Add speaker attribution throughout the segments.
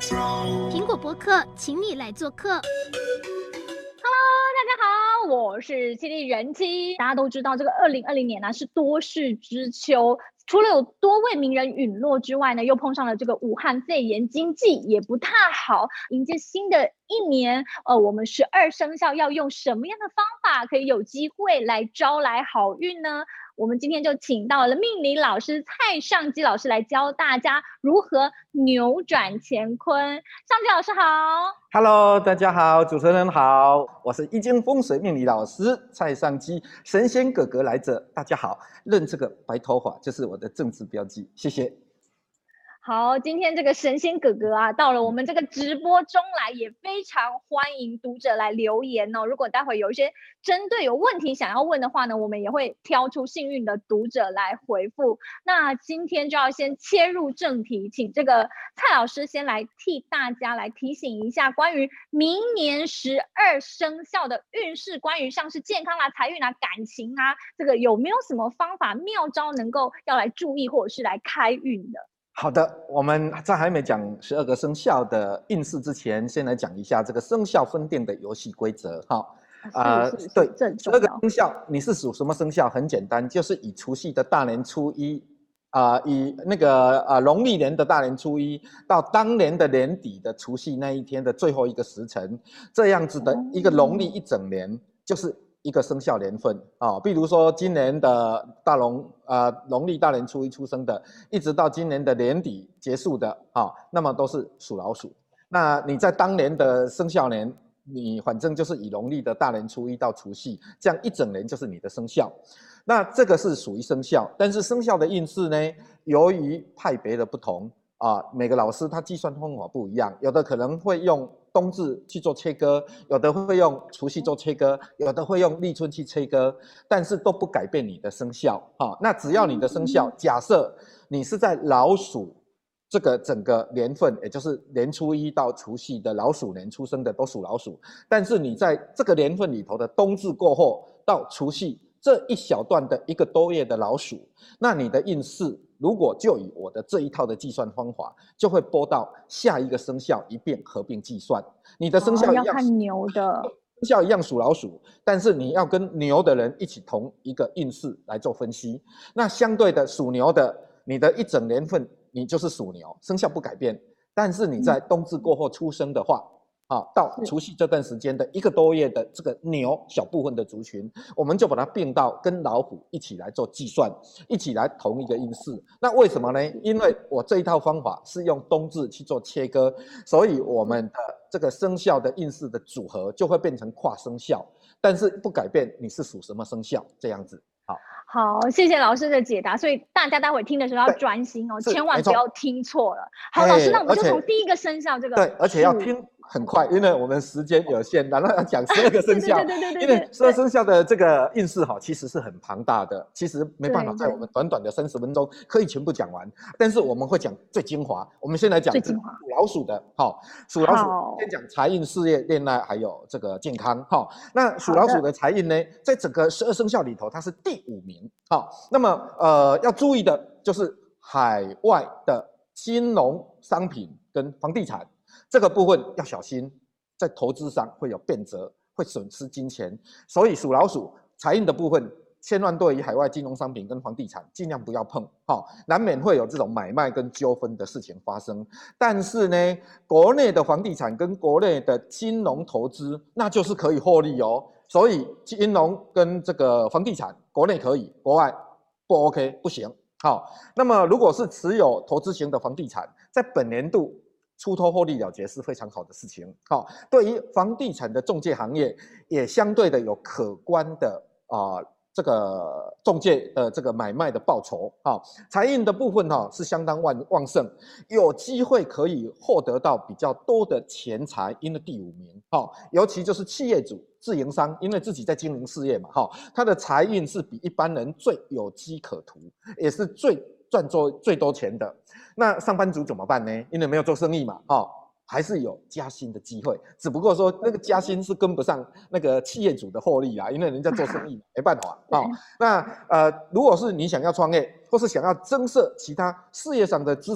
Speaker 1: 苹果播客，请你来做客。
Speaker 2: 大家好，我是七力人妻。大家都知道，这个2020年呢是多事之秋，除了有多位名人陨落之外呢，又碰上了这个武汉肺炎，经济也不太好。迎接新的一年，我们12生肖要用什么样的方法可以有机会来招来好运呢？我们今天就请到了命理老师蔡尚基老师来教大家如何扭转乾坤。尚基老师好。
Speaker 3: Hello， 大家好，主持人好，我是易经风水命理老师蔡尚基，神仙哥哥来着，大家好，认这个白头发就是我的政治标记，谢谢。
Speaker 2: 好，今天这个神仙哥哥啊，到了我们这个直播中来，也非常欢迎读者来留言哦。如果待会有一些针对有问题想要问的话呢，我们也会挑出幸运的读者来回复。那今天就要先切入正题，请这个蔡老师先来替大家来提醒一下关于明年12生肖的运势，关于像是健康啊、财运啊、感情啊，这个有没有什么方法妙招能够要来注意或者是来开运的？
Speaker 3: 好的，我们在还没讲12个生肖的运势之前，先来讲一下这个生肖分店的游戏规则。对，12个生肖，你是属什么生肖？很简单，就是以除夕的大年初一，以那个农历年的大年初一到当年的年底的除夕那一天的最后一个时辰，这样子的一个农历一整年，就是一个生肖年份啊，比如说今年的农历大年初一出生的，一直到今年的年底结束的啊，那么都是属老鼠。那你在当年的生肖年，你反正就是以农历的大年初一到除夕，这样一整年就是你的生肖。那这个是属于生肖，但是生肖的运势呢，由于派别的不同啊，每个老师他计算方法不一样，有的可能会用冬至去做切割，有的会用除夕做切割，有的会用立春去切割，但是都不改变你的生肖啊。那只要你的生肖，假设你是在老鼠这个整个年份，也就是年初一到除夕的老鼠年出生的都属老鼠，但是你在这个年份里头的冬至过后到除夕这一小段的1个多月的老鼠，那你的运势如果就以我的这一套的计算方法，就会拨到下一个生肖一并合并计算。你的生肖一样，
Speaker 2: 要看牛的
Speaker 3: 生肖一样属老鼠，但是你要跟牛的人一起同一个运势来做分析。那相对的属牛的，你的一整年份你就是属牛，生肖不改变，但是你在冬至过后出生的话，到除夕这段时间的1个多月的这个牛小部分的族群，我们就把它并到跟老虎一起来做计算，一起来同一个运势。那为什么呢？因为我这一套方法是用冬至去做切割，所以我们的这个生肖的运势的组合就会变成跨生肖，但是不改变你是属什么生肖这样子。
Speaker 2: 好，谢谢老师的解答。所以大家待会听的时候要专心哦，千万不要听错了。好，老师，那我们就从第一个生肖这个，
Speaker 3: 对，而且要听很快，因为我们时间有限，然后要讲12个生肖，因为12生肖的这个运势其实是很庞大的，其实没办法在我们短短的30分钟可以全部讲完，但是我们会讲最精华。我们先来讲属老鼠的，属老鼠先讲财运、事业、恋爱还有这个健康。那属老鼠的财运呢，在整个12生肖里头，它是第5名。那么要注意的就是海外的金融商品跟房地产这个部分要小心，在投资上会有变折，会损失金钱，所以属老鼠财运的部分千万对于海外金融商品跟房地产尽量不要碰，难免会有这种买卖跟纠纷的事情发生。但是呢，国内的房地产跟国内的金融投资那就是可以获利哦，所以金融跟这个房地产国内可以，国外不 OK 不行。那么如果是持有投资型的房地产，在本年度出脱获利了结是非常好的事情。对于房地产的中介行业也相对的有可观的这个中介的这个买卖的报酬。财运的部分是相当旺盛，有机会可以获得到比较多的钱财，因为第5名。尤其就是企业主自营商，因为自己在经营事业嘛，他的财运是比一般人最有机可图，也是赚最多钱的。那上班族怎么办呢？因为没有做生意嘛，还是有加薪的机会，只不过说那个加薪是跟不上那个企业主的获利啊，因为人家做生意没办法那如果是你想要创业，或是想要增设其他事业上的资产，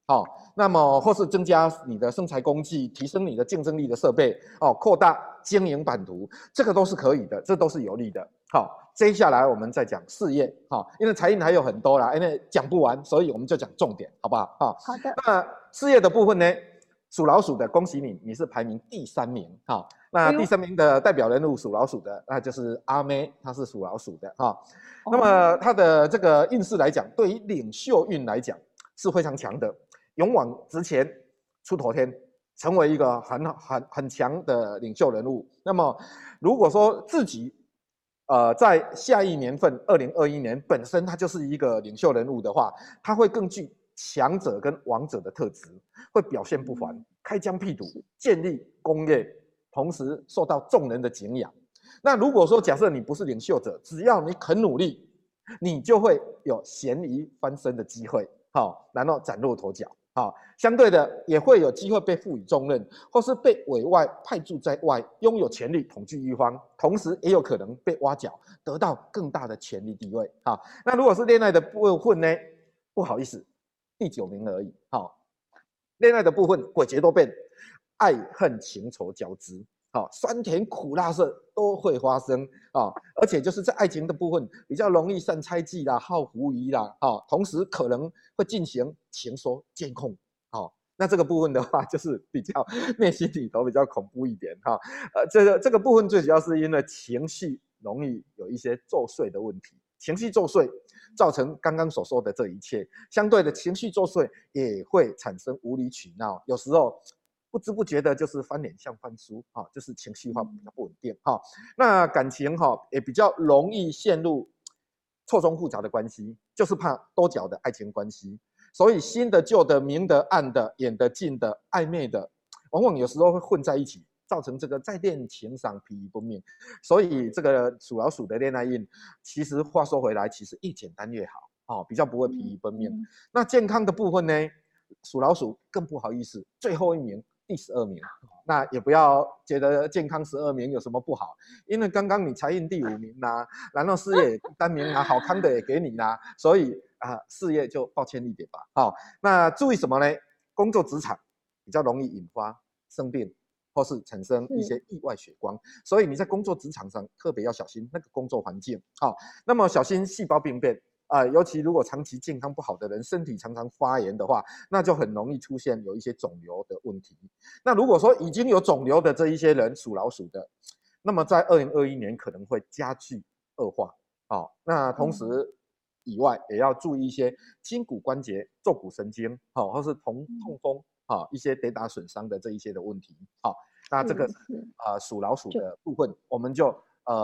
Speaker 3: 那么或是增加你的生财工具，提升你的竞争力的设备，扩大经营版图，这个都是可以的，这都是有利的。接下来我们再讲事业，因为财运还有很多啦，因为讲不完，所以我们就讲重点，好不好？
Speaker 2: 好的。
Speaker 3: 那事业的部分呢，属老鼠的，恭喜你，你是排名第3名。那第3名的代表人物属老鼠的，那就是阿妹，她是属老鼠的。那么她的这个运势来讲，对于领袖运来讲是非常强的，勇往直前，出头天，成为一个很强的领袖人物。那么如果说自己在下一年份2021年本身他就是一个领袖人物的话，他会更具强者跟王者的特质，会表现不凡，开疆辟土，建立功业，同时受到众人的敬仰。那如果说假设你不是领袖者，只要你肯努力，你就会有咸鱼翻身的机会，然后崭露头角。相对的也会有机会被赋予重任，或是被委外派驻在外，拥有权力统治一方，同时也有可能被挖角，得到更大的权力地位。那如果是恋爱的部分呢？不好意思，第9名而已。恋爱的部分诡谲多变，爱恨情仇交织，酸甜苦辣涩都会发生而且就是在爱情的部分比较容易善猜忌啦、好狐疑啦，同时可能会进行情说监控。那这个部分的话，就是比较内心里头比较恐怖一点。这个部分最主要是因为情绪容易有一些作祟的问题，情绪作祟造成刚刚所说的这一切。相对的，情绪作祟也会产生无理取闹，有时候不知不觉的就是翻脸像翻书，就是情绪化比较不稳定。那感情也比较容易陷入错综复杂的关系，就是怕多角的爱情关系。所以新的、旧的、明的、暗的、远的、近的、暧昧的，往往有时候会混在一起，造成这个在恋情上疲于奔命。所以这个属老鼠的恋爱运，其实话说回来，其实越简单越好，比较不会疲于奔命。那健康的部分呢，属老鼠更不好意思，最后一名，第12名。那也不要觉得健康12名有什么不好，因为刚刚你财运第5名啦，然后事业也第3名啦，好康的也给你啦，所以事业就抱歉一点吧。那注意什么呢？工作职场比较容易引发生病，或是产生一些意外血光，所以你在工作职场上特别要小心那个工作环境。那么小心细胞病变。尤其如果长期健康不好的人，身体常常发炎的话，那就很容易出现有一些肿瘤的问题。那如果说已经有肿瘤的这一些人，属老鼠的，那么在2021年可能会加剧恶化。那同时以外，也要注意一些筋骨关节、坐骨神经，或是痛风一些跌打损伤的这一些的问题。那这个属老鼠的部分，我们就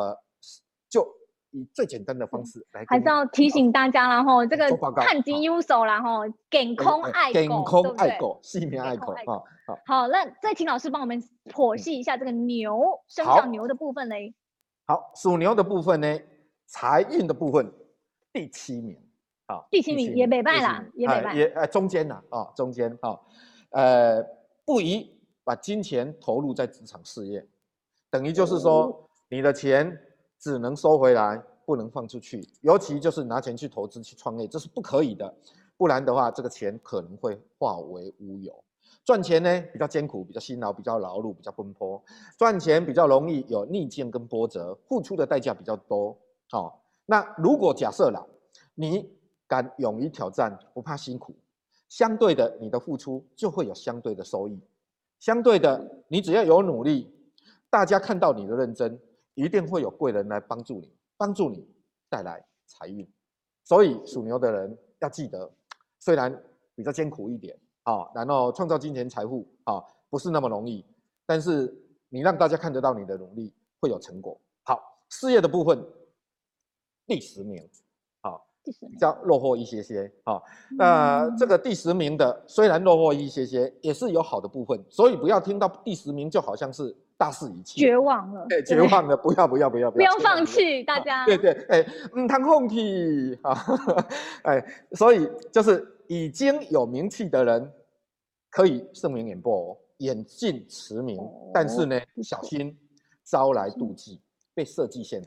Speaker 3: 以最简单的方式来，
Speaker 2: 还是要提醒大家啦吼，这个看金优手啦吼，健康爱狗，
Speaker 3: 健康爱狗，性命爱狗。
Speaker 2: 好，那再请老师帮我们剖析一下这个牛生肖牛的部分嘞。
Speaker 3: 好，属牛的部分呢，财运的部分第7名。
Speaker 2: 第7名也没败啦，也没败，
Speaker 3: 也中间啦，中间不宜把金钱投入在职场事业，等于就是说你的钱只能收回来，不能放出去，尤其就是拿钱去投资去创业，这是不可以的，不然的话，这个钱可能会化为乌有。赚钱呢比较艰苦，比较辛劳，比较劳碌，比较奔波，赚钱比较容易有逆境跟波折，付出的代价比较多。那如果假设啦，你敢勇于挑战，不怕辛苦，相对的你的付出就会有相对的收益，相对的你只要有努力，大家看到你的认真，一定会有贵人来帮助你带来财运。所以属牛的人要记得，虽然比较艰苦一点然后创造金钱财富不是那么容易，但是你让大家看得到你的努力，会有成果。好，事业的部分第10名，比较落后一些些那这个第10名的虽然落后一些些，也是有好的部分，所以不要听到第10名就好像是大势已去，
Speaker 2: 绝望了，
Speaker 3: 绝望了，不要
Speaker 2: 放弃，大家
Speaker 3: 对，谈放弃所以就是已经有名气的人可以盛名远播，远近驰名，但是呢，小心招来妒忌，被设计陷害。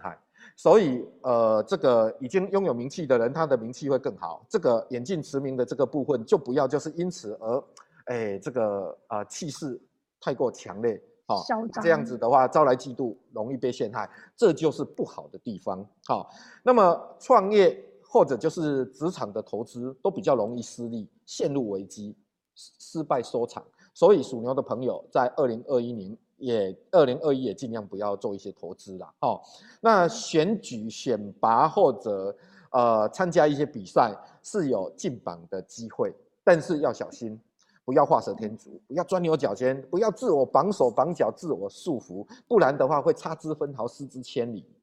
Speaker 3: 所以这个已经拥有名气的人，他的名气会更好。这个远近驰名的这个部分，就不要就是因此而这个气势太过强烈。这样子的话招来嫉妒，容易被陷害，这就是不好的地方。那么创业或者就是职场的投资都比较容易失利，陷入危机，失败收场。所以属牛的朋友在2021年2021也尽量不要做一些投资啦。那选举选拔或者参加一些比赛是有进榜的机会，但是要小心。不要画蛇添足，不要钻牛角尖，不要自我绑手绑脚，自我束缚，不然的话会差之分毫，失之千里。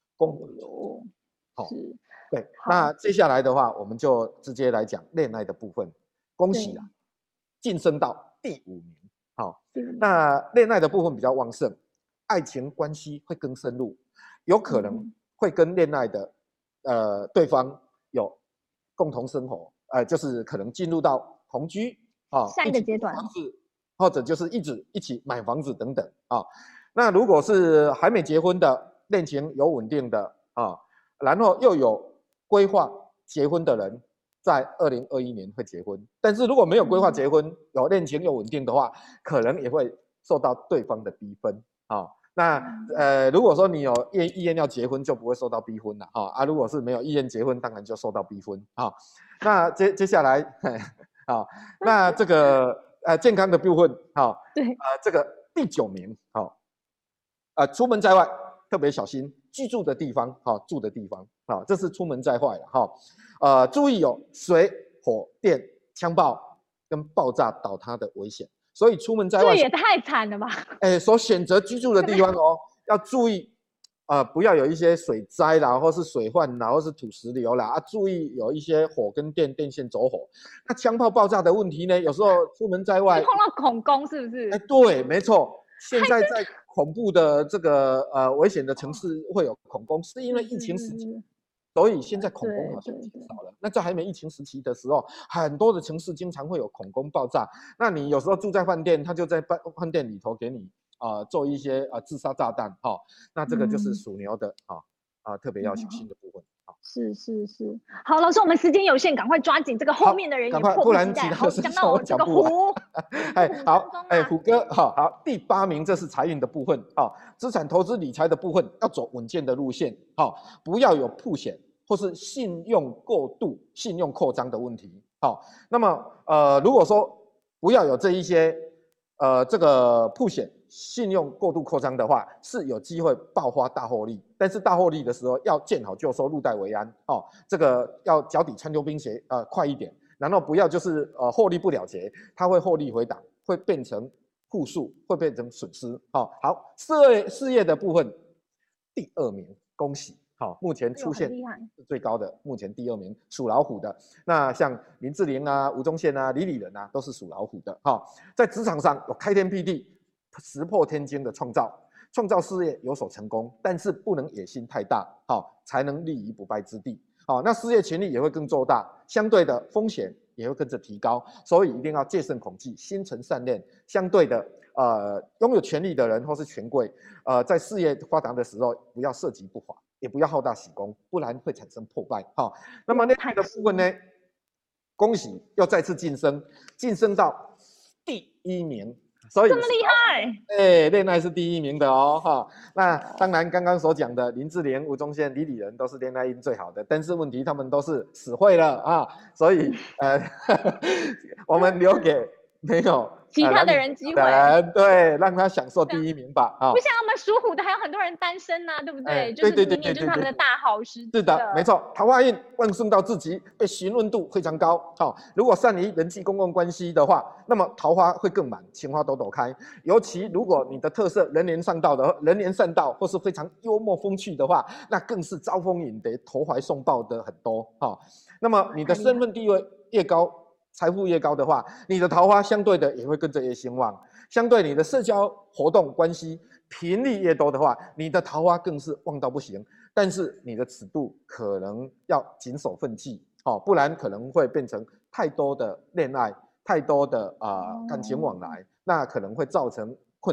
Speaker 3: 对。那接下来的话，我们就直接来讲恋爱的部分。恭喜啦，晋升到第5名。那恋爱的部分比较旺盛，爱情关系会更深入，有可能会跟恋爱的对方有共同生活，就是可能进入到同居。
Speaker 2: 下一个阶段，
Speaker 3: 或者就是一起买房子等等。那如果是还没结婚的，恋情有稳定的然后又有规划结婚的人，在2021年会结婚。但是如果没有规划结婚，有恋情又稳定的话，可能也会受到对方的逼婚。那如果说你有意愿要结婚，就不会受到逼婚了。如果是没有意愿结婚，当然就受到逼婚。那接下来那这个健康的部分，这个第9名，出门在外特别小心居住的地方，住的地方，这是出门在外了。注意有水、火、电、枪爆跟爆炸倒塌的危险，所以出门在外
Speaker 2: 这也太惨了吧！
Speaker 3: 所选择居住的地方要注意。不要有一些水灾啦，或是水患啦，或是土石流啦，注意有一些火跟电线走火。那枪炮爆炸的问题呢？有时候出门在外
Speaker 2: 碰到恐攻是不是？
Speaker 3: 对，没错。现在在恐怖的这个危险的城市会有恐攻，是因为疫情时期，所以现在恐攻好像减少了。那在还没疫情时期的时候，很多的城市经常会有恐攻爆炸。那你有时候住在饭店，他就在饭店里头给你做一些自杀炸弹。那这个就是属牛的特别要小心的部分。
Speaker 2: 是。好，老师，我们时间有限，赶快抓紧这个后面的人也迫不及待。好，讲到这个虎，
Speaker 3: 好，虎哥，好，第8名，这是财运的部分。资产投资理财的部分要走稳健的路线，不要有曝险或是信用过度、信用扩张的问题。那么如果说不要有这一些这个曝险、信用过度扩张的话，是有机会爆发大获利。但是大获利的时候要见好就收，入袋为安。这个要脚底穿溜冰鞋，快一点，然后不要就是获利不了结，它会获利回档，会变成负数，会变成损失。好，事业的部分第2名，恭喜。目前出现最高的，目前第2名属老虎的。那像林志玲啊、吴宗宪啊、李李仁啊，都是属老虎的。在职场上有开天辟地、石破天惊的创造事业有所成功，但是不能野心太大，才能立于不败之地。那事业潜力也会更做大，相对的风险也会跟着提高，所以一定要戒慎恐惧，心存善念。相对的，拥有权力的人或是权贵，在事业发达的时候，不要涉及不法，也不要好大喜功，不然会产生破败。那么那个部分呢？恭喜又再次晋升到第1名。所以
Speaker 2: 这么厉害，
Speaker 3: 恋爱是第1名的那当然，刚刚所讲的林志玲、吴宗宪、李李仁都是恋爱运最好的，但是问题他们都是死会了所以我们留给没有
Speaker 2: 其他的人机会，
Speaker 3: 对，让他享受第1名吧。
Speaker 2: 不像我们属虎的，还有很多人单身对不对？就是明年就是他们的大好时机。
Speaker 3: 是的，没错，桃花运旺盛到自己，被询问度非常高。如果善于人际公共关系的话，那么桃花会更满，情花朵朵开。尤其如果你的特色人言善道或是非常幽默风趣的话，那更是招蜂引蝶、投怀送抱的很多。那么你的身份地位越高，财富越高的话，你的桃花相对的也会跟着越兴旺。相对你的社交活动关系频率越多的话，你的桃花更是旺到不行。但是你的尺度可能要谨守分际，不然可能会变成太多的恋爱，太多的感情往来，那可能会造成困扰。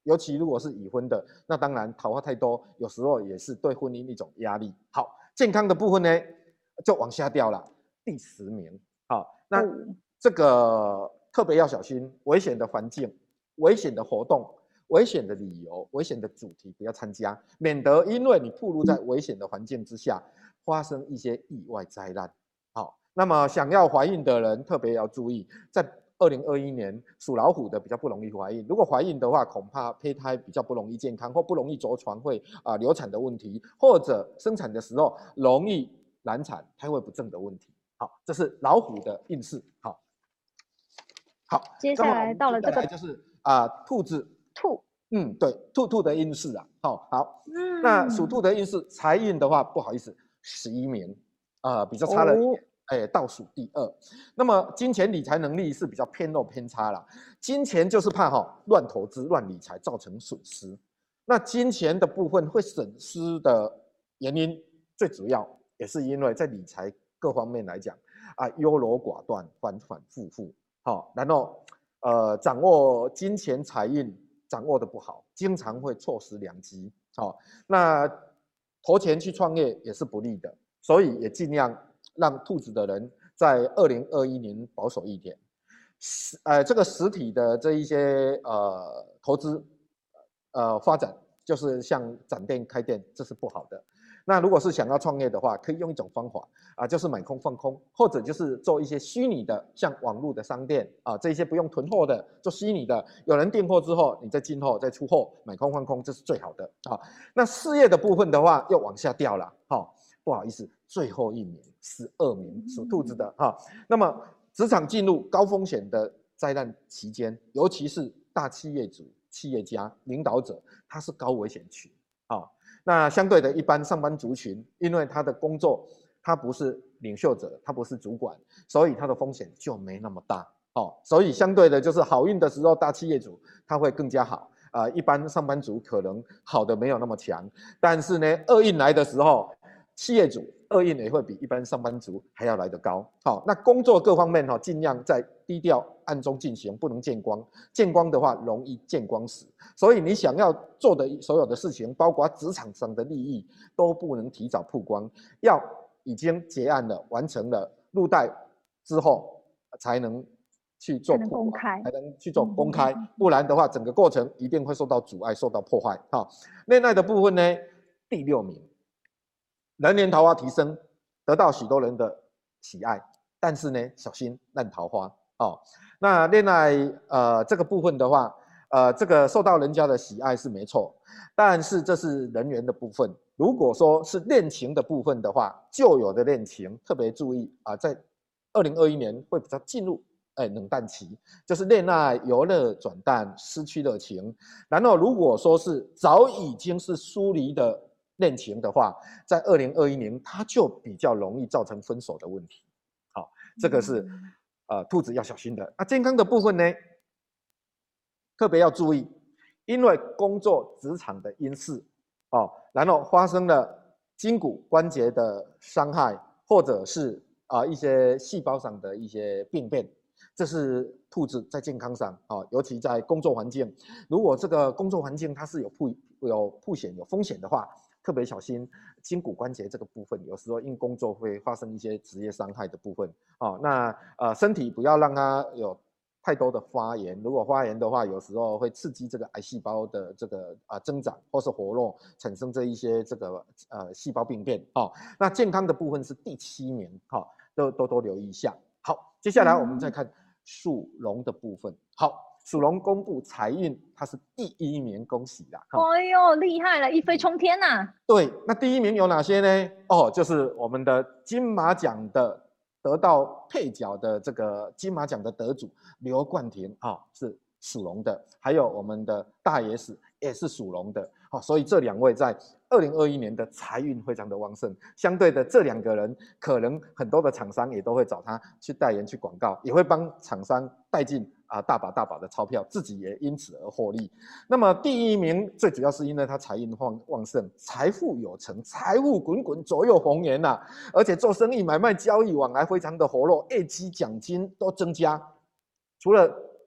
Speaker 3: 尤其如果是已婚的，那当然桃花太多，有时候也是对婚姻一种压力。好，健康的部分呢就往下掉了，第10名。好，那这个特别要小心危险的环境、危险的活动、危险的理由、危险的主题不要参加，免得因为你暴露在危险的环境之下，发生一些意外灾难。好，那么想要怀孕的人特别要注意，在2021年属老虎的比较不容易怀孕，如果怀孕的话，恐怕胚胎比较不容易健康，或不容易着床，会流产的问题，或者生产的时候容易难产、胎位不正的问题。好，这是老虎的运势。好，
Speaker 2: 接下来到了这个
Speaker 3: 就是兔子。
Speaker 2: 兔，
Speaker 3: 对，兔的运势啊。好，那属兔的运势，财运的话，不好意思，11名，比较差了一点，倒数第2。那么金钱理财能力是比较偏弱偏差啦，金钱就是怕乱投资、乱理财造成损失。那金钱的部分会损失的原因，最主要也是因为在理财各方面来讲优柔寡断、反反复复。好，然后掌握金钱财运掌握的不好，经常会错失良机。好，那投钱去创业也是不利的，所以也尽量让兔子的人在2021年保守一点。这个实体的这一些投资发展，就是像展店开店，这是不好的。那如果是想要创业的话，可以用一种方法就是买空放空，或者就是做一些虚拟的，像网络的商店这些不用囤货的，做虚拟的，有人订货之后，你再进货再出货，买空放空，这是最好的。那事业的部分的话，又往下掉了。不好意思，最后一名12名属兔子的那么职场进入高风险的灾难期间，尤其是大企业主、企业家、领导者，他是高危险群。那相对的一般上班族群，因为他的工作他不是领袖者，他不是主管，所以他的风险就没那么大。所以相对的就是好运的时候，大企业主他会更加好一般上班族可能好的没有那么强，但是呢厄运来的时候，企业主厄运也会比一般上班族还要来得高。那工作各方面尽量在低调暗中进行，不能见光，见光的话容易见光死。所以你想要做的所有的事情，包括职场上的利益，都不能提早曝光，要已经结案了、完成了入袋之后，才能去做
Speaker 2: 公开，
Speaker 3: 才能去做公开，不然的话，整个过程一定会受到阻碍、受到破坏。恋爱的部分呢，第6名，人缘桃花提升，得到许多人的喜爱，但是呢，小心烂桃花。那恋爱这个部分的话，这个受到人家的喜爱是没错，但是这是人缘的部分。如果说是恋情的部分的话，旧有的恋情特别注意在2021年会比较进入冷淡期，就是恋爱由热转淡，失去热情。然后如果说是早已经是疏离的恋情的话，在2021年它就比较容易造成分手的问题。好，这个是兔子要小心的。健康的部分呢，特别要注意，因为工作职场的因素然后发生了筋骨关节的伤害，或者是一些细胞上的一些病变，这是兔子在健康上尤其在工作环境，如果这个工作环境它是有风险的话，特别小心筋骨关节这个部分，有时候因工作会发生一些职业伤害的部分那身体不要让它有太多的发炎，如果发炎的话，有时候会刺激这个癌细胞的这个增长或是活络，产生这一些这个细胞病变那健康的部分是第7名都留意一下。好，接下来我们再看属龙的部分。好，属龙公布财运，它是第1名，恭喜啦！
Speaker 2: 哎呦，厉害了，一飞冲天呐！
Speaker 3: 对，那第1名有哪些呢？就是我们的金马奖的得到配角的这个金马奖的得主刘冠廷是属龙的，还有我们的大野史也是属龙的所以这2位在2021年的财运非常的旺盛。相对的，这2个人可能很多的厂商也都会找他去代言、去广告，也会帮厂商带进大把大把的钞票，自己也因此而获利。那么第1名最主要是因为他财运旺盛，财富有成，财富滚滚，左右逢源而且做生意买卖交易往来非常的活络，业绩奖金都增加。除了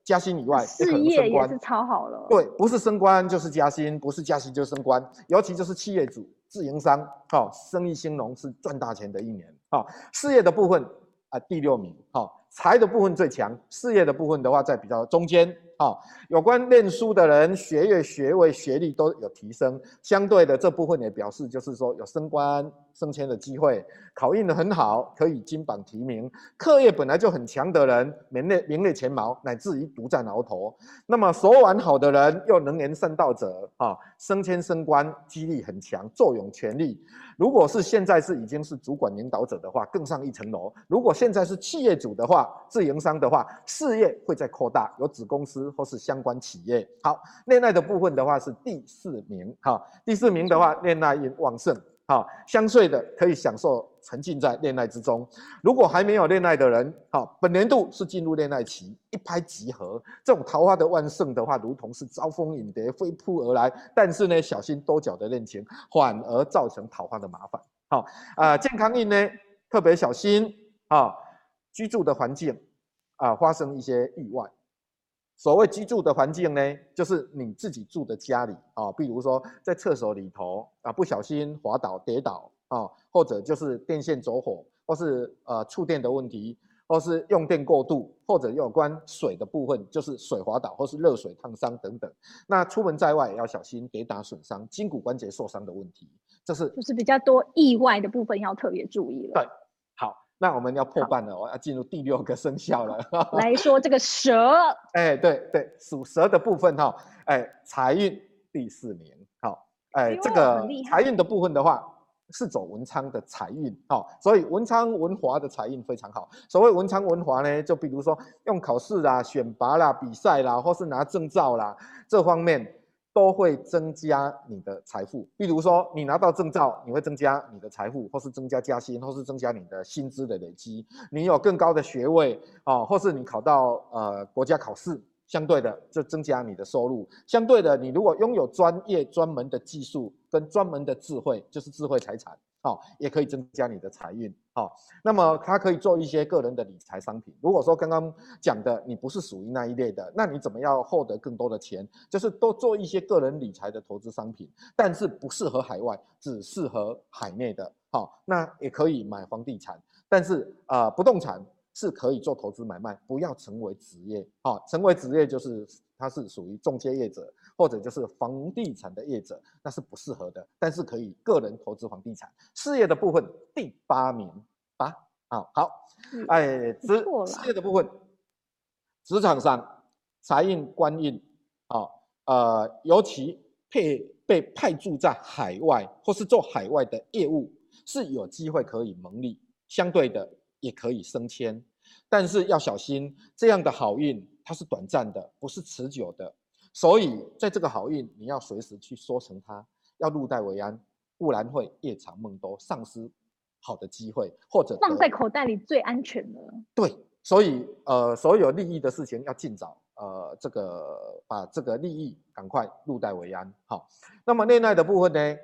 Speaker 3: 加薪以外，也可
Speaker 2: 事
Speaker 3: 能升官。
Speaker 2: 业也是超好了。
Speaker 3: 对，不是升官就是加薪，不是加薪就是升官，尤其就是企业主、自营商，生意兴隆是赚大钱的一年。事业的部分第6名，财的部分最强，事业的部分的话在比较中间。有关念书的人，学业、学位、学历都有提升，相对的这部分也表示就是说有升官升迁的机会，考运得很好，可以金榜题名。课业本来就很强的人，名列前茅，乃至于独占鳌头。那么手腕好的人，又能言善道者，升迁升官几率很强，坐拥权力。如果是现在已经是主管领导者的话，更上一层楼。如果现在是企业主的话，自营商的话，事业会再扩大，有子公司或是相关企业。好，恋爱的部分的话是第4名。第4名的话，恋爱运旺盛。相对的可以享受沉浸在恋爱之中。如果还没有恋爱的人，本年度是进入恋爱期，一拍即合。这种桃花的旺盛的话，如同是招蜂引蝶，飞扑而来。但是呢，小心多角的恋情，反而造成桃花的麻烦。健康运呢，特别小心居住的环境发生一些意外。所谓居住的环境呢，就是你自己住的家里比如说在厕所里头不小心滑倒跌倒或者就是电线走火，或是触电的问题，或是用电过度，或者有关水的部分，就是水滑倒或是热水烫伤等等。那出门在外也要小心跌打损伤、筋骨关节受伤的问题，
Speaker 2: 就是比较多意外的部分要特别注意了。
Speaker 3: 对，好。那我们要破半了，要进入第6个生肖了。
Speaker 2: 来说这个蛇，
Speaker 3: 对，属蛇的部分财运第4名。这个财运的部分的话，是走文昌的财运，所以文昌文华的财运非常好。所谓文昌文华呢，就比如说用考试啦、选拔啦、比赛啦，或是拿证照啦，这方面都会增加你的财富。比如说你拿到证照，你会增加你的财富，或是增加加薪，或是增加你的薪资的累积。你有更高的学位或是你考到国家考试，相对的就增加你的收入。相对的，你如果拥有专业专门的技术跟专门的智慧，就是智慧财产也可以增加你的财运。那么它可以做一些个人的理财商品。如果说刚刚讲的你不是属于那一类的，那你怎么样获得更多的钱？就是多做一些个人理财的投资商品，但是不适合海外，只适合海内的。那也可以买房地产，但是不动产是可以做投资买卖，不要成为职业。成为职业就是它是属于中介业者，或者就是房地产的业者，那是不适合的。但是可以个人投资房地产。事业的部分第8名好，事业的部分，职场上财运官运尤其被派驻在海外或是做海外的业务，是有机会可以蒙利，相对的也可以升迁。但是要小心，这样的好运它是短暂的，不是持久的。所以在这个好运，你要随时去收成它，要入袋为安，不然会夜长梦多，丧失好的机会，或者
Speaker 2: 放在口袋里最安全的。
Speaker 3: 对，所以所有利益的事情要尽早把这个利益赶快入袋为安。好，那么恋爱的部分呢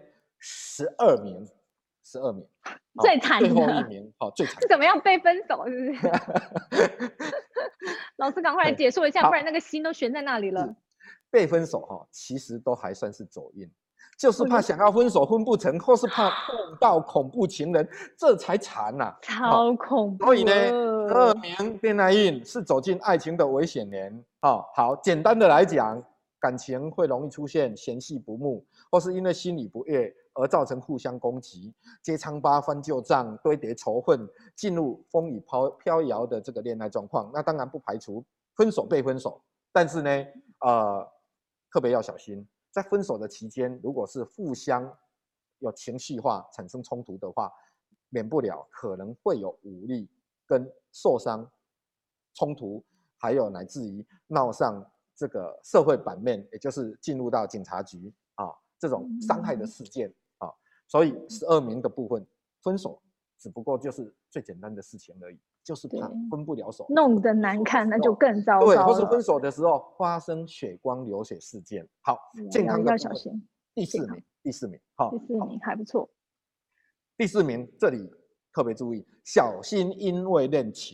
Speaker 3: ，12名
Speaker 2: 最惨的
Speaker 3: 最后1名最惨。
Speaker 2: 怎么样被分手是不是？老师赶快来解说一下，不然那个心都悬在那里了。
Speaker 3: 被分手其实都还算是走运，就是怕想要分手分不成，或是怕碰到恐怖情人，这才惨呐，
Speaker 2: 超恐怖。
Speaker 3: 所以呢，12名恋爱运是走进爱情的危险年。好，简单的来讲，感情会容易出现嫌隙不睦，或是因为心里不悦而造成互相攻击，揭疮疤、翻旧账、堆叠仇恨，进入风雨飘摇的这个恋爱状况。那当然不排除分手被分手，但是呢，特别要小心，在分手的期间，如果是互相有情绪化产生冲突的话，免不了可能会有武力跟受伤、冲突，还有乃至于闹上这个社会版面，也就是进入到警察局这种伤害的事件所以12名的部分，分手只不过就是最简单的事情而已，就是怕分不了手，
Speaker 2: 弄得难看，那就更糟糕了。
Speaker 3: 对，或是分手的时候发生血光流血事件。好，健康的
Speaker 2: 要小心。
Speaker 3: 第4名，第4名
Speaker 2: 还不错。
Speaker 3: 第4名这里特别注意，小心因为恋情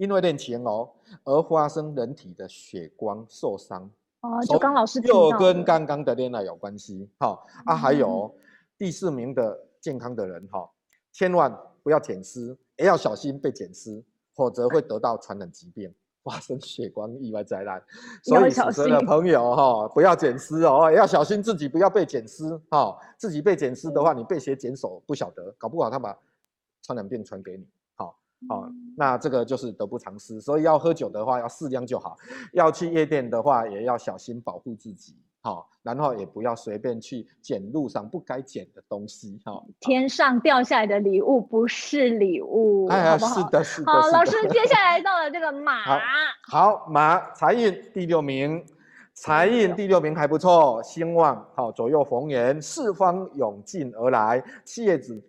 Speaker 3: 因为恋情而发生人体的血光受伤。
Speaker 2: 就刚老师提
Speaker 3: 又
Speaker 2: 到
Speaker 3: 跟刚刚的恋爱有关系。还有第4名的健康的人千万不要捡尸，也要小心被捡尸，否则会得到传染疾病，发生血光意外灾难。所以属蛇的朋友不要捡尸也要小心自己不要被捡尸。自己被捡尸的话，你被谁捡手不晓得，搞不好他把传染病传给你。那这个就是得不偿失。所以要喝酒的话要适量就好，要去夜店的话也要小心保护自己。然后也不要随便去捡路上不该捡的东西。
Speaker 2: 天上掉下来的礼物不是礼物，好不好？
Speaker 3: 是的，是的。
Speaker 2: 好，老师，接下来到了这个马。
Speaker 3: 好，马财运第6名，财运第6名还不错，兴旺，左右逢源，四方涌进而来。企业主，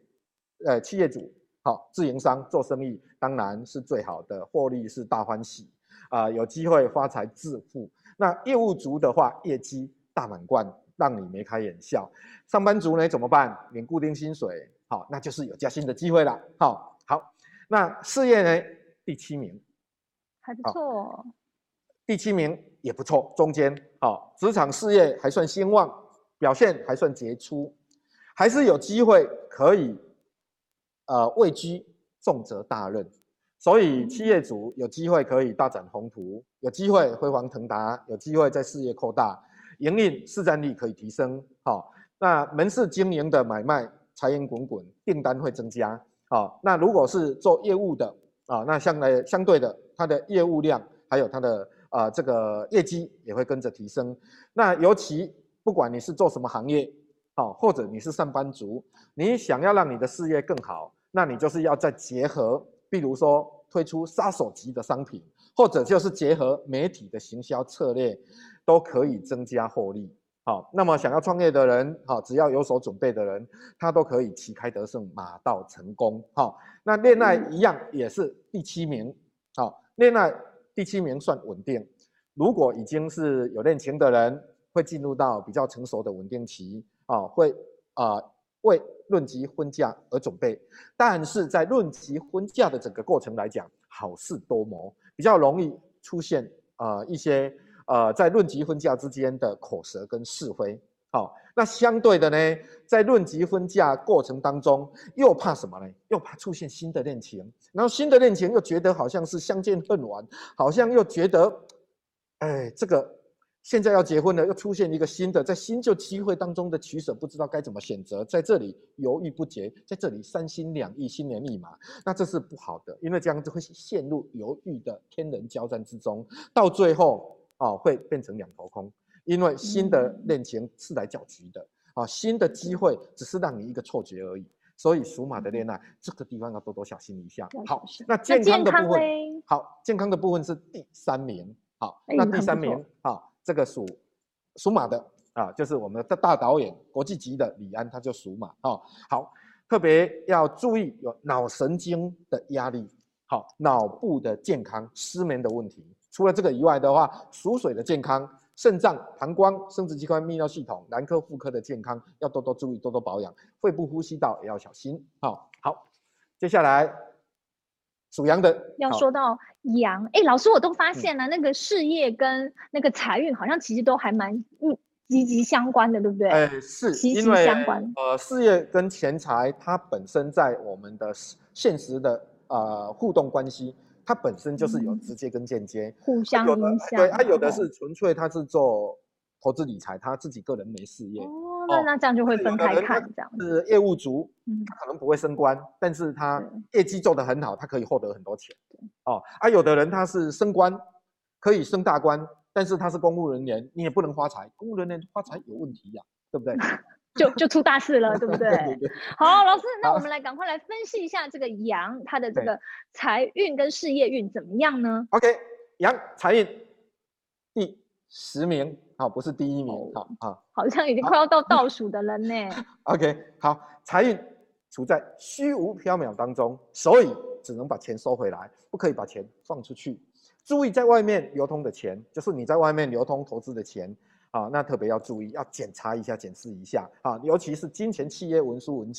Speaker 3: 自营商做生意当然是最好的，获利是大欢喜。有机会发财致富。那业务族的话，业绩大满贯，让你眉开眼笑。上班族呢怎么办？领固定薪水，那就是有加薪的机会了。好，那事业呢第7名，
Speaker 2: 还不错。
Speaker 3: 第7名也不错，中间。职场事业还算兴旺，表现还算杰出，还是有机会可以位居重责大任。所以企业主有机会可以大展宏图，有机会辉煌腾达，有机会在事业扩大，营运市占率可以提升。那门市经营的买卖财源滚滚，订单会增加。那如果是做业务的那相对的，它的业务量还有它的这个业绩也会跟着提升。那尤其不管你是做什么行业或者你是上班族，你想要让你的事业更好，那你就是要再结合，比如说推出杀手级的商品，或者就是结合媒体的行销策略，都可以增加获利。那么想要创业的人，只要有所准备的人，他都可以旗开得胜，马到成功。那恋爱一样也是第7名。恋爱第7名算稳定。如果已经是有恋情的人，会进入到比较成熟的稳定期，会为论及婚嫁而准备。但是在论及婚嫁的整个过程来讲，好事多磨，比较容易出现一些在论及婚嫁之间的口舌跟是非。那相对的呢，在论及婚嫁过程当中，又怕什么呢？又怕出现新的恋情，然后新的恋情又觉得好像是相见恨晚，好像又觉得这个现在要结婚了，又出现一个新的，在新旧机会当中的取舍，不知道该怎么选择，在这里犹豫不决，在这里三心两意，心猿意马，那这是不好的，因为这样子会陷入犹豫的天人交战之中，到最后会变成两头空，因为新的恋情是来搅局的新的机会只是让你一个错觉而已，所以属马的恋爱这个地方要多多小心一下。好，那健康的部分，好，健康的部分是第3名。好，那第3名这个属马的就是我们的大导演，国际级的李安，他就属马。好，特别要注意有脑神经的压力，脑部的健康、失眠的问题。除了这个以外的话，属水的健康，肾脏、膀胱、生殖器官、泌尿系统、男科、妇科的健康要多多注意，多多保养。肺部、呼吸道也要小心。好，接下来属羊的
Speaker 2: 要说到羊，老师我都发现了，那个事业跟那个财运好像其实都还蛮息息相关的，对不对？
Speaker 3: 是
Speaker 2: 息息相关。
Speaker 3: 事业跟钱财，它本身在我们的现实的互动关系，它本身就是有直接跟间接，
Speaker 2: 互相影响。
Speaker 3: 对，它有的是纯粹他是做投资理财，他自己个人没事业。
Speaker 2: 那这样就会分开看，这样
Speaker 3: 是业务族，他可能不会升官，但是他业绩做得很好，他可以获得很多钱。有的人他是升官，可以升大官，但是他是公务人员，你也不能发财，公务人员发财有问题呀，对不对？
Speaker 2: 就出大事了，对不对？好，老师，那我们赶快来分析一下这个羊，它的这个财运跟事业运怎么样呢
Speaker 3: ？OK， 羊财运第10名，不是第1名，
Speaker 2: 好像已经快要到倒数的人呢。
Speaker 3: OK， 好，财运处在虚无缥缈当中，所以只能把钱收回来，不可以把钱放出去。注意在外面流通的钱，就是你在外面流通投资的钱。那特别要注意，要检查一下、检视一下尤其是金钱、契约、文书、文件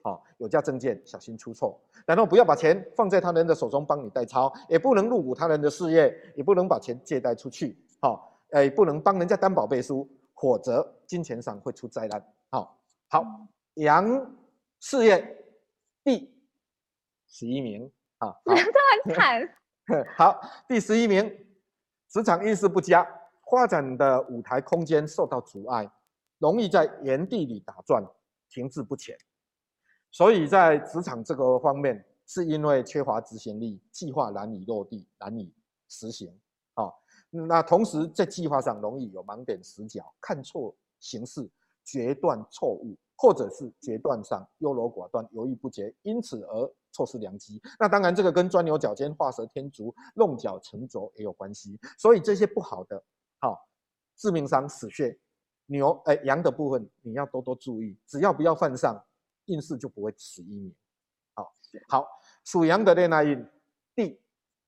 Speaker 3: 有价证券小心出错，然后不要把钱放在他人的手中帮你代操，也不能入股他人的事业，也不能把钱借贷出去，也不能帮人家担保背书，否则金钱上会出灾难。好，羊事业第11名，
Speaker 2: 这很惨。
Speaker 3: 好，第11名，职场运势不佳，发展的舞台空间受到阻碍，容易在原地里打转，停滞不前。所以在职场这个方面，是因为缺乏执行力，计划难以落地，难以实行。那同时在计划上容易有盲点死角，看错形势，决断错误，或者是决断上优柔寡断，犹豫不决，因此而错失良机。那当然这个跟钻牛角尖、画蛇添足、弄巧成拙也有关系。所以这些不好的致命伤死穴羊的部分你要多多注意，只要不要犯上，运势就不会11名。好，属羊的恋爱运第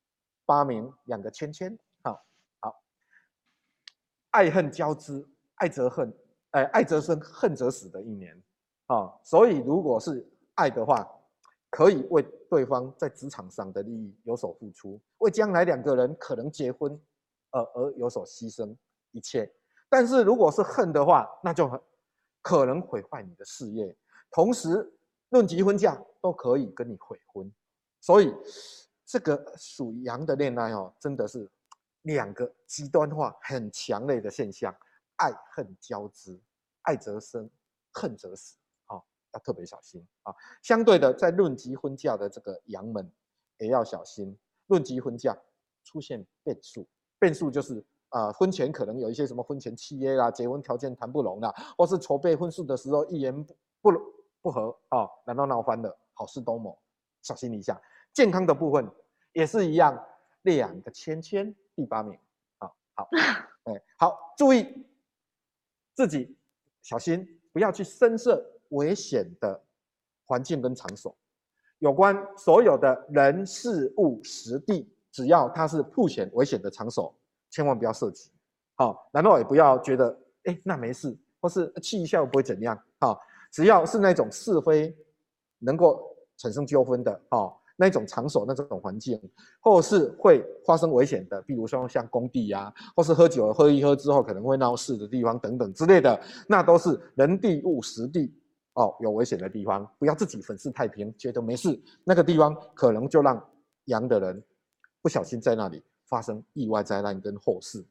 Speaker 3: 8名，两个圈圈。好，爱恨交织，爱则恨，爱则生，恨则死的一年。所以如果是爱的话，可以为对方在职场上的利益有所付出，为将来2个人可能结婚而有所牺牲一切。但是如果是恨的话，那就可能毁坏你的事业，同时论及婚嫁都可以跟你悔婚。所以这个属羊的恋爱真的是2个极端化很强烈的现象，爱恨交织，爱则生，恨则死，要特别小心。相对的，在论及婚嫁的这个羊们也要小心，论及婚嫁出现变数，变数就是婚前可能有一些什么婚前契约啦，结婚条件谈不拢啦，或是筹备婚事的时候一言不合然后闹翻了，好事多磨，小心一下。健康的部分也是一样，2个圈圈，第8名。好，注意自己小心，不要去深涉危险的环境跟场所。有关所有的人事物实地，只要它是曝险危险的场所，千万不要涉及。然后也不要觉得那没事，或是去一下又不会怎样。只要是那种是非能够产生纠纷的那种场所、那种环境，或是会发生危险的，比如说像工地或是喝酒喝一喝之后可能会闹事的地方等等之类的，那都是人地物实地有危险的地方，不要自己粉饰太平，觉得没事，那个地方可能就让羊的人不小心在那里发生意外灾难跟祸事。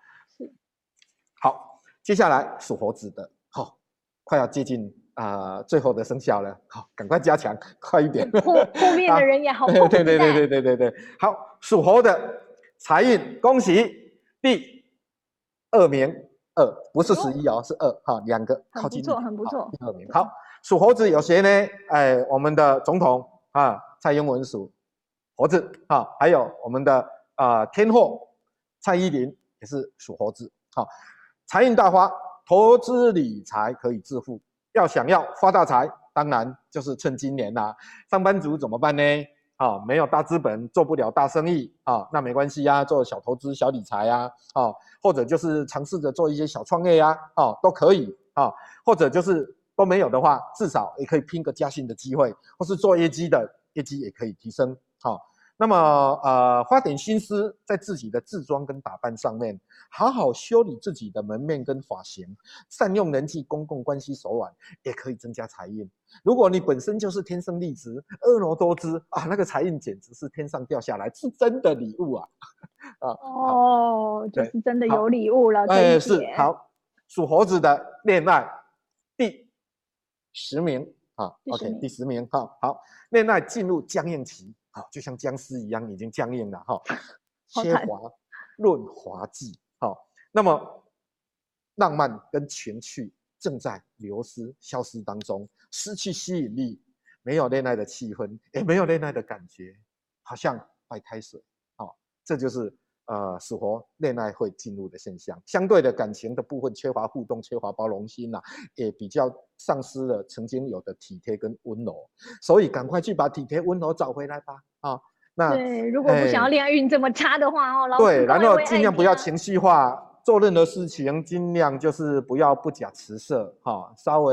Speaker 3: 好，接下来属猴子的快要接近最后的生肖了，赶快加强，快一点。
Speaker 2: 后面的人也好。
Speaker 3: 对。好，属猴的财运，恭喜第2名，2不是11是2，2个靠近，
Speaker 2: 很不错。
Speaker 3: 第2名。好，属猴子有谁呢？我们的总统蔡英文属猴子还有我们的天后蔡依林也是属猴子。财运大发，投资理财可以致富。要想要发大财，当然就是趁今年啦。上班族怎么办呢？没有大资本，做不了大生意那没关系做小投资、小理财或者就是尝试着做一些小创业都可以或者就是都没有的话，至少也可以拼个加薪的机会，或是做业绩的，业绩也可以提升那么花点心思在自己的制装跟打扮上面，好好修理自己的门面跟发型，善用人际公共关系手腕，也可以增加财运。如果你本身就是天生丽质、婀娜多姿那个财运简直是天上掉下来，是真的礼物
Speaker 2: 就是真的有礼物了。
Speaker 3: 是。好，属猴子的恋爱第10名OK， 第10名好，恋爱进入僵硬期就像僵尸一样已经僵硬了缺乏润滑剂那么浪漫跟情趣正在流失消失当中，失去吸引力，没有恋爱的气氛，也没有恋爱的感觉，好像白开水这就是属猴恋爱会进入的现象。相对的，感情的部分缺乏互动，缺乏包容心也比较丧失了曾经有的体贴跟温柔，所以赶快去把体贴温柔找回来吧那
Speaker 2: 对，如果不想要恋爱运这么差的话
Speaker 3: 对，然后尽量不要情绪化，做任何事情尽量就是不要不假辞色稍微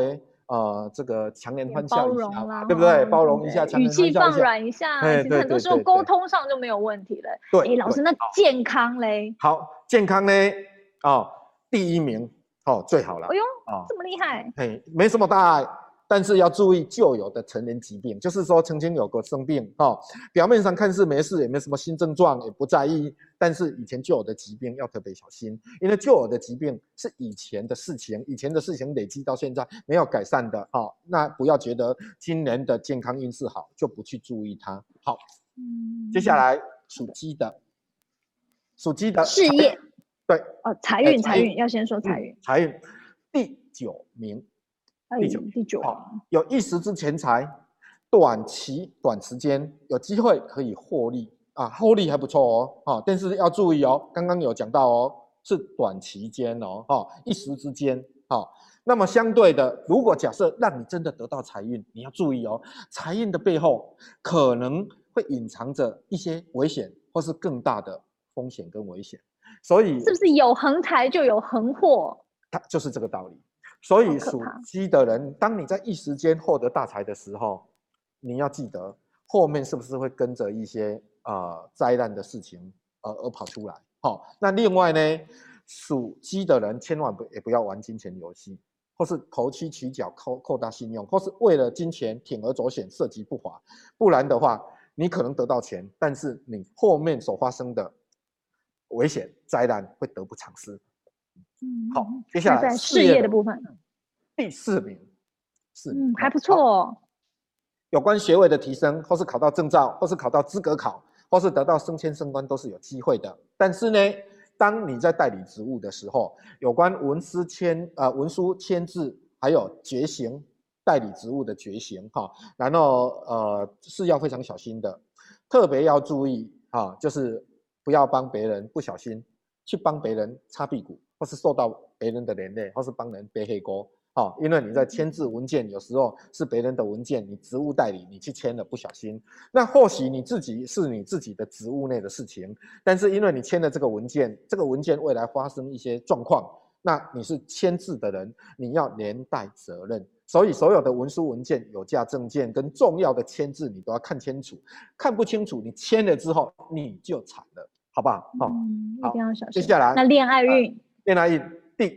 Speaker 3: 这个强颜欢
Speaker 2: 包
Speaker 3: 笑一下
Speaker 2: 容啦，
Speaker 3: 对不对？包容一下，强
Speaker 2: 语
Speaker 3: 颜欢
Speaker 2: 气放
Speaker 3: 笑一下。
Speaker 2: 软一下，
Speaker 3: 哎，
Speaker 2: 其实很多时候沟通上就没有问题了。
Speaker 3: 对，
Speaker 2: 老师，那健康嘞？
Speaker 3: 好，健康呢，第一名最好了。
Speaker 2: 哎呦，这么厉害！
Speaker 3: 没什么大碍。但是要注意旧有的成人疾病，就是说曾经有过生病表面上看似没事，也没什么新症状，也不在意，但是以前旧有的疾病要特别小心，因为旧有的疾病是以前的事情累积到现在没有改善的那不要觉得今年的健康运势好就不去注意它。好，接下来属鸡的
Speaker 2: 事业，
Speaker 3: 对
Speaker 2: 财运要先说财运，
Speaker 3: 财运第9名。
Speaker 2: 第九
Speaker 3: 有一时之钱财，短时间有机会可以获利获利还不错但是要注意刚刚有讲到是短期间一时之间那么相对的，如果假设让你真的得到财运，你要注意财运的背后可能会隐藏着一些危险，或是更大的风险跟危险，所以
Speaker 2: 是不是有横财就有横祸？
Speaker 3: 它就是这个道理。所以属鸡的人，当你在一时间获得大财的时候，你要记得后面是不是会跟着一些灾难的事情而跑出来。那另外呢，属鸡的人千万也不要玩金钱游戏，或是投机取巧、扩大信用，或是为了金钱铤而走险、涉及不法，不然的话，你可能得到钱，但是你后面所发生的危险灾难会得不偿失。好，接下来
Speaker 2: 事业的部分，
Speaker 3: 第4名，
Speaker 2: 还不错
Speaker 3: 有关学位的提升，或是考到证照，或是考到资格考，或是得到升迁升官，都是有机会的。但是呢，当你在代理职务的时候，有关文书签字，还有决行代理职务的决行然后是要非常小心的，特别要注意就是不要帮别人不小心去帮别人擦屁股，或是受到别人的连累，或是帮人背黑锅因为你在签字文件，有时候是别人的文件，你职务代理你去签了不小心，那或许你自己是你自己的职务内的事情，但是因为你签了这个文件未来发生一些状况，那你是签字的人，你要连带责任。所以所有的文书文件、有价证件跟重要的签字，你都要看清楚，看不清楚，你签了之后你就惨了，好不好？
Speaker 2: 一定要小心。
Speaker 3: 接下来，
Speaker 2: 那恋爱运，
Speaker 3: 第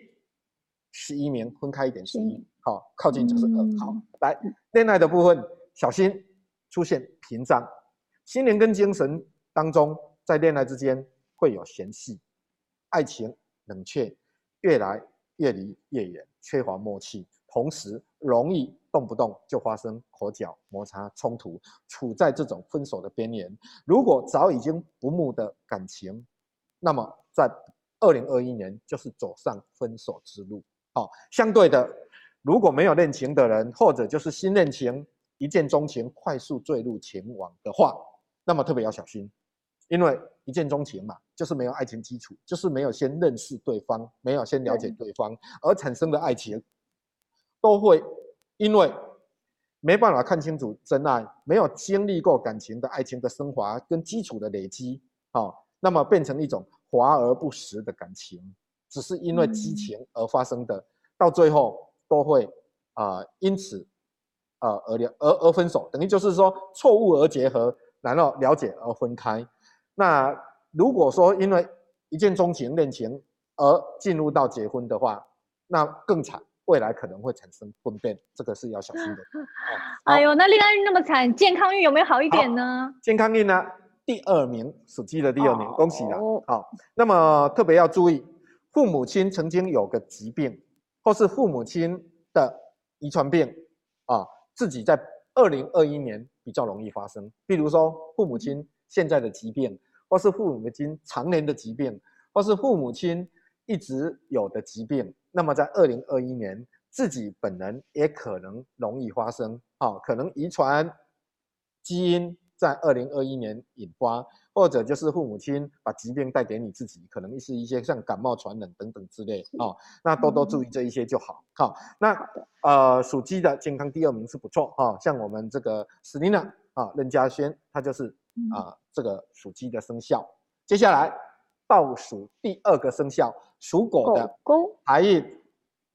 Speaker 3: 11名，分开一点11，靠近92。好，来恋爱的部分，小心出现屏障，心灵跟精神当中，在恋爱之间会有嫌隙，爱情冷却，越来越离越远，缺乏默契，同时容易动不动就发生口角、摩擦、冲突，处在这种分手的边缘。如果早已经不睦的感情，那么在2021年就是走上分手之路。相对的，如果没有恋情的人，或者就是新恋情一见钟情快速坠入情网的话，那么特别要小心，因为一见钟情嘛，就是没有爱情基础，就是没有先认识对方，没有先了解对方而产生的爱情，都会因为没办法看清楚真爱，没有经历过感情的爱情的升华跟基础的累积那么变成一种华而不实的感情，只是因为激情而发生的，到最后都会因此而分手，等于就是说错误而结合，然后了解而分开。那如果说因为一见钟情恋情而进入到结婚的话，那更惨，未来可能会产生婚变，这个是要小心的。
Speaker 2: 哎呦，那恋爱运那么惨，健康运有没有好一点呢？
Speaker 3: 健康运呢，第2名，属鸡的第2名，恭喜了。那么特别要注意，父母亲曾经有个疾病，或是父母亲的遗传病自己在2021年比较容易发生。比如说父母亲现在的疾病，或是父母亲常年的疾病，或是父母亲一直有的疾病，那么在2021年自己本人也可能容易发生可能遗传基因在2021年引发，或者就是父母亲把疾病带给你自己，可能是一些像感冒传染等等之类那多注意这一些就好。那属鸡的健康第2名是不错像我们这个Selina任嘉萱，她就是这个属鸡的生肖。接下来倒数第2个生肖，属狗的财运第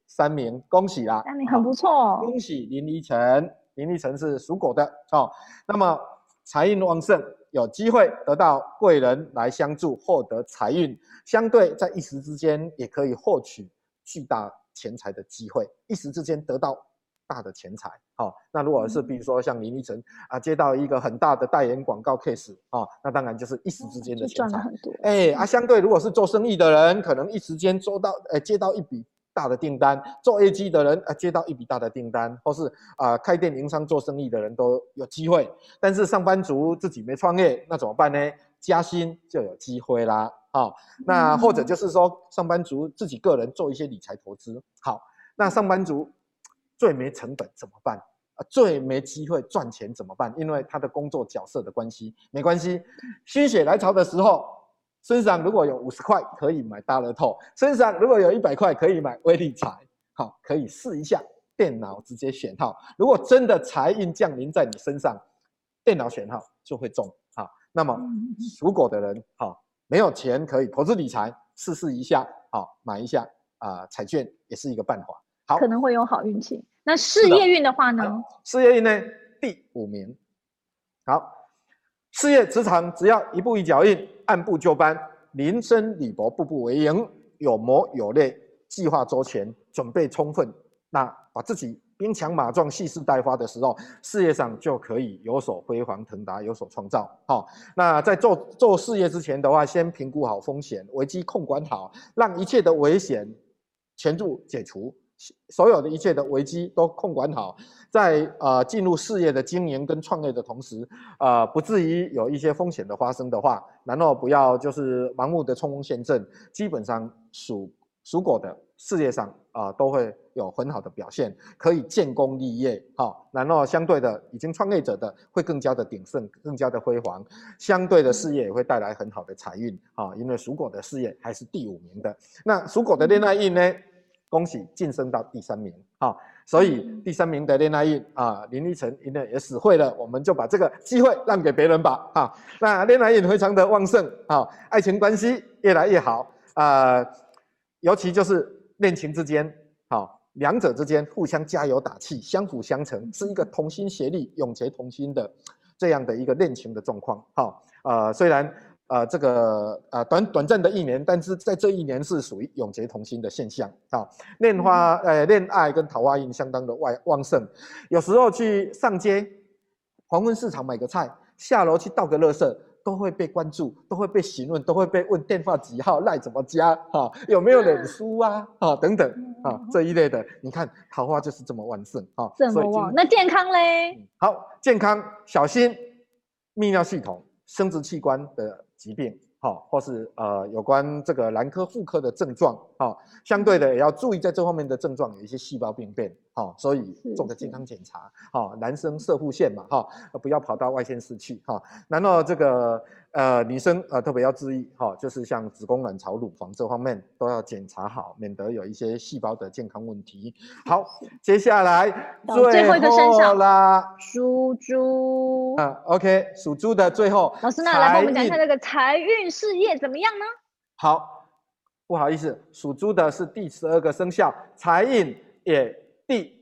Speaker 3: 3名，恭喜啦！
Speaker 2: 那你很不错哦。
Speaker 3: 恭喜林依晨，林依晨是属狗的哦。那么财运旺盛，有机会得到贵人来相助，获得财运，相对在一时之间也可以获取巨大钱财的机会，一时之间得到大的钱财。那如果是比如说像林依晨接到一个很大的代言广告 case 那当然就是一时之间的钱财，
Speaker 2: 赚了很多。
Speaker 3: 相对如果是做生意的人，可能一时间接到一笔大的订单，做 AG 的人接到一笔大的订单，或是开店营商做生意的人都有机会。但是上班族自己没创业，那怎么办呢？加薪就有机会啦。那或者就是说上班族自己个人做一些理财投资。好，那上班族最没成本怎么办？最没机会赚钱怎么办？因为他的工作角色的关系，没关系，心血来潮的时候，身上如果有50块可以买大乐透，身上如果有100块可以买威力彩，好，可以试一下，电脑直接选号。如果真的财运降临在你身上，电脑选号就会中。好，那么属狗的人，没有钱可以投资理财，试一下，买一下彩券也是一个办法。好，
Speaker 2: 可能会有好运气。那事业运的话呢？
Speaker 3: 事业运呢，第5名。好，事业职场只要一步一脚印，按部就班，临深履薄，步步为营，有谋有略，计划周全，准备充分，那把自己兵强马壮、蓄势待发的时候，事业上就可以有所辉煌腾达，有所创造。那在做事业之前的话，先评估好风险，危机控管好，让一切的危险全部解除。所有的一切的危机都控管好，在进入事业的经营跟创业的同时，不至于有一些风险的发生的话，然后不要就是盲目的冲锋陷阵，基本上属狗的事业上都会有很好的表现，可以建功立业。然后相对的已经创业者的会更加的鼎盛，更加的辉煌，相对的事业也会带来很好的财运。因为属狗的事业还是第5名的。那属狗的恋爱运呢？恭喜晋升到第3名。所以第3名的恋爱运林依晨也死会了，我们就把这个机会让给别人吧。那恋爱运非常的旺盛，爱情关系越来越好，尤其就是恋情之间，两者之间互相加油打气，相辅相成，是一个同心协力、永结同心的这样的一个恋情的状况。虽然这个短暂的1年，但是在这1年是属于永结同心的现象。恋爱跟桃花运相当的旺盛，有时候去上街黄昏市场买个菜，下楼去倒个垃圾，都会被关注，都会被询问，都会被问电话几号，赖怎么加，有没有脸书等等这一类的。你看桃花就是这么旺盛。
Speaker 2: 这么旺。那健康嘞？
Speaker 3: 好，健康小心泌尿系统、生殖器官的疾病，或是有关这个男科、妇科的症状，相对的也要注意在这方面的症状有一些细胞病变，所以做个健康检查，男生射护线嘛，不要跑到外县市去，然后这个女生特别要注意，就是像子宫、卵巢、乳房这方面都要检查好，免得有一些细胞的健康问题。好，接下来
Speaker 2: 最后一个生肖
Speaker 3: 啦，
Speaker 2: 属猪。
Speaker 3: OK， 属猪的最后，
Speaker 2: 老师，那来帮我们讲一下这个财运事业怎么样呢？
Speaker 3: 好，不好意思，属猪的是第12个生肖，财运也第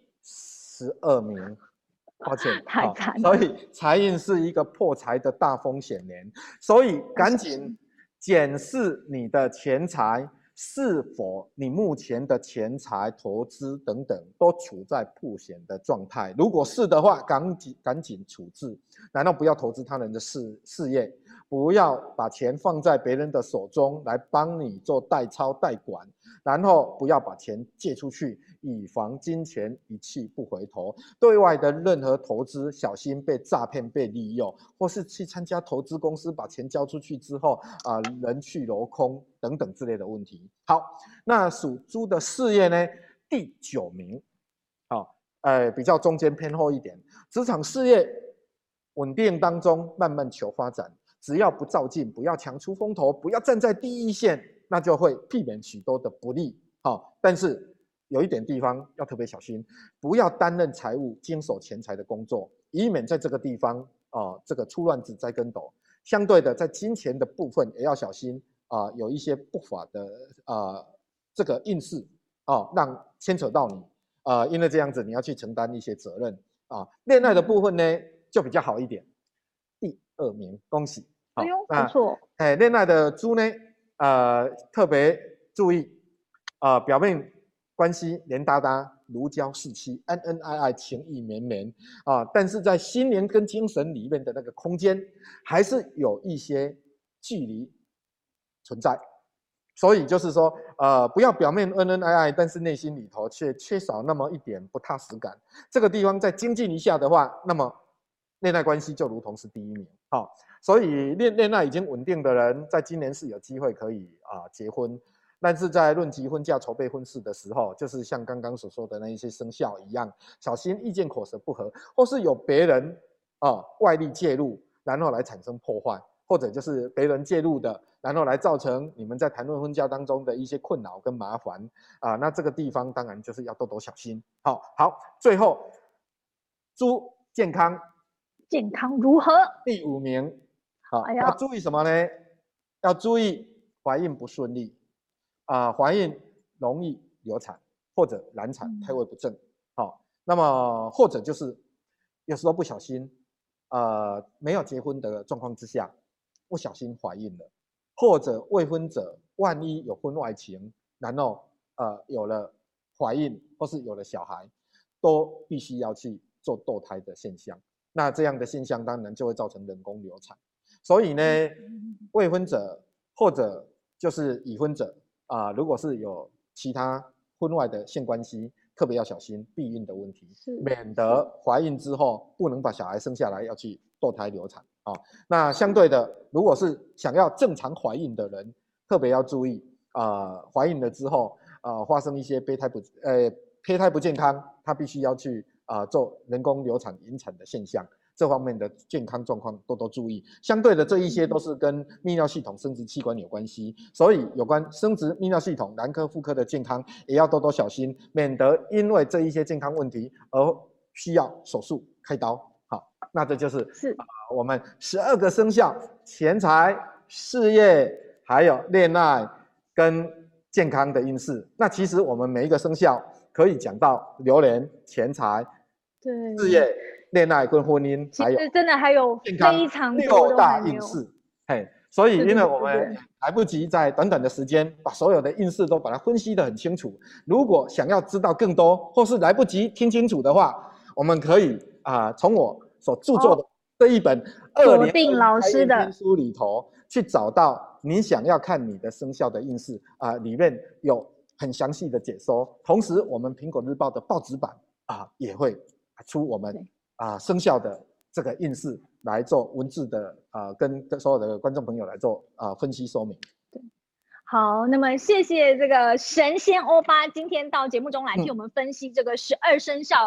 Speaker 3: 12名。抱歉，
Speaker 2: 太惨了。
Speaker 3: 所以财运是一个破财的大风险年，所以赶紧检视你的钱财是否你目前的钱财投资等等都处在破险的状态。如果是的话，赶紧处置，难道不要投资他人的事业，不要把钱放在别人的手中来帮你做代操代管，然后不要把钱借出去，以防金钱一去不回头。对外的任何投资，小心被诈骗、被利用，或是去参加投资公司，把钱交出去之后人去楼空等等之类的问题。好，那属猪的事业呢，第9名。比较中间偏后一点，职场事业稳定当中，慢慢求发展。只要不躁进，不要强出风头，不要站在第一线，那就会避免许多的不利。但是有一点地方要特别小心，不要担任财务、经手钱财的工作，以免在这个地方这个出乱子栽跟斗。相对的，在金钱的部分也要小心有一些不法的这个运势让牵扯到你因为这样子你要去承担一些责任恋爱的部分呢就比较好一点，第2名，恭喜。
Speaker 2: 哎呦，不错。
Speaker 3: 恋爱的猪呢特别注意表面关系黏哒哒，如胶似漆，恩恩爱爱，情意绵绵但是在心灵跟精神里面的那个空间，还是有一些距离存在。所以就是说，不要表面恩恩爱爱，但是内心里头却缺少那么一点不踏实感。这个地方再精进一下的话，那么恋爱关系就如同是第1名。所以恋爱已经稳定的人，在今年是有机会可以结婚。但是在论及婚嫁、筹备婚事的时候，就是像刚刚所说的那一些生肖一样，小心意见口舌不合，或是有别人外力介入，然后来产生破坏，或者就是别人介入的，然后来造成你们在谈论婚嫁当中的一些困扰跟麻烦那这个地方当然就是要多多小心。好，最后猪健康
Speaker 2: 如何？
Speaker 3: 第5名。要注意什么呢？要注意怀孕不顺利怀孕容易流产或者难产胎位不正那么或者就是有时候不小心没有结婚的状况之下不小心怀孕了，或者未婚者万一有婚外情，然后有了怀孕或是有了小孩，都必须要去做堕胎的现象。那这样的现象当然就会造成人工流产。所以呢，未婚者或者就是已婚者如果是有其他婚外的性关系，特别要小心避孕的问题，免得怀孕之后不能把小孩生下来，要去堕胎流产那相对的，如果是想要正常怀孕的人，特别要注意怀孕了之后发生一些胚胎不健康，他必须要去做人工流产引产的现象。这方面的健康状况多多注意。相对的，这一些都是跟泌尿系统、生殖器官有关系，所以有关生殖泌尿系统、男科、妇科的健康也要多多小心，免得因为这一些健康问题而需要手术开刀。好，那这就是我们12个生肖钱财、事业还有恋爱跟健康的运势。那其实我们每一个生肖可以讲到流年、钱财、事业、恋爱跟婚姻，
Speaker 2: 还有真的还有非常多
Speaker 3: 6大运势。所以因为我们来不及在短短的时间把所有的运势都把它分析得很清楚，如果想要知道更多，或是来不及听清楚的话，我们可以从我所著作的这一本
Speaker 2: 定老师的
Speaker 3: 书里头去找到你想要看你的生肖的运势里面有很详细的解说。同时我们苹果日报的报纸版也会出我们生肖的这个运势来做文字的跟所有的观众朋友来做分析说明。
Speaker 2: 好，那么谢谢这个神仙欧巴今天到节目中来替我们分析这个12生肖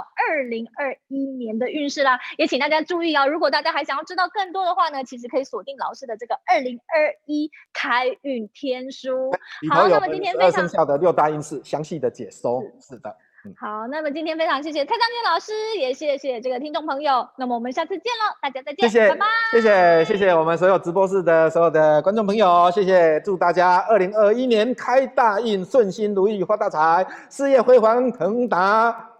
Speaker 2: 2021年的运势啦。也请大家注意如果大家还想要知道更多的话呢，其实可以锁定老师的这个2021开运天书。好，那么今天非常12
Speaker 3: 生肖的6大运势详细的解说。是的。
Speaker 2: 好，那么今天非常谢谢蔡彰健老师，也谢谢这个听众朋友。那么我们下次见喽，大家再见，拜拜。
Speaker 3: 谢谢我们所有直播室的所有的观众朋友，谢谢，祝大家2021年开大运，顺心如意，发大财，事业辉煌腾达。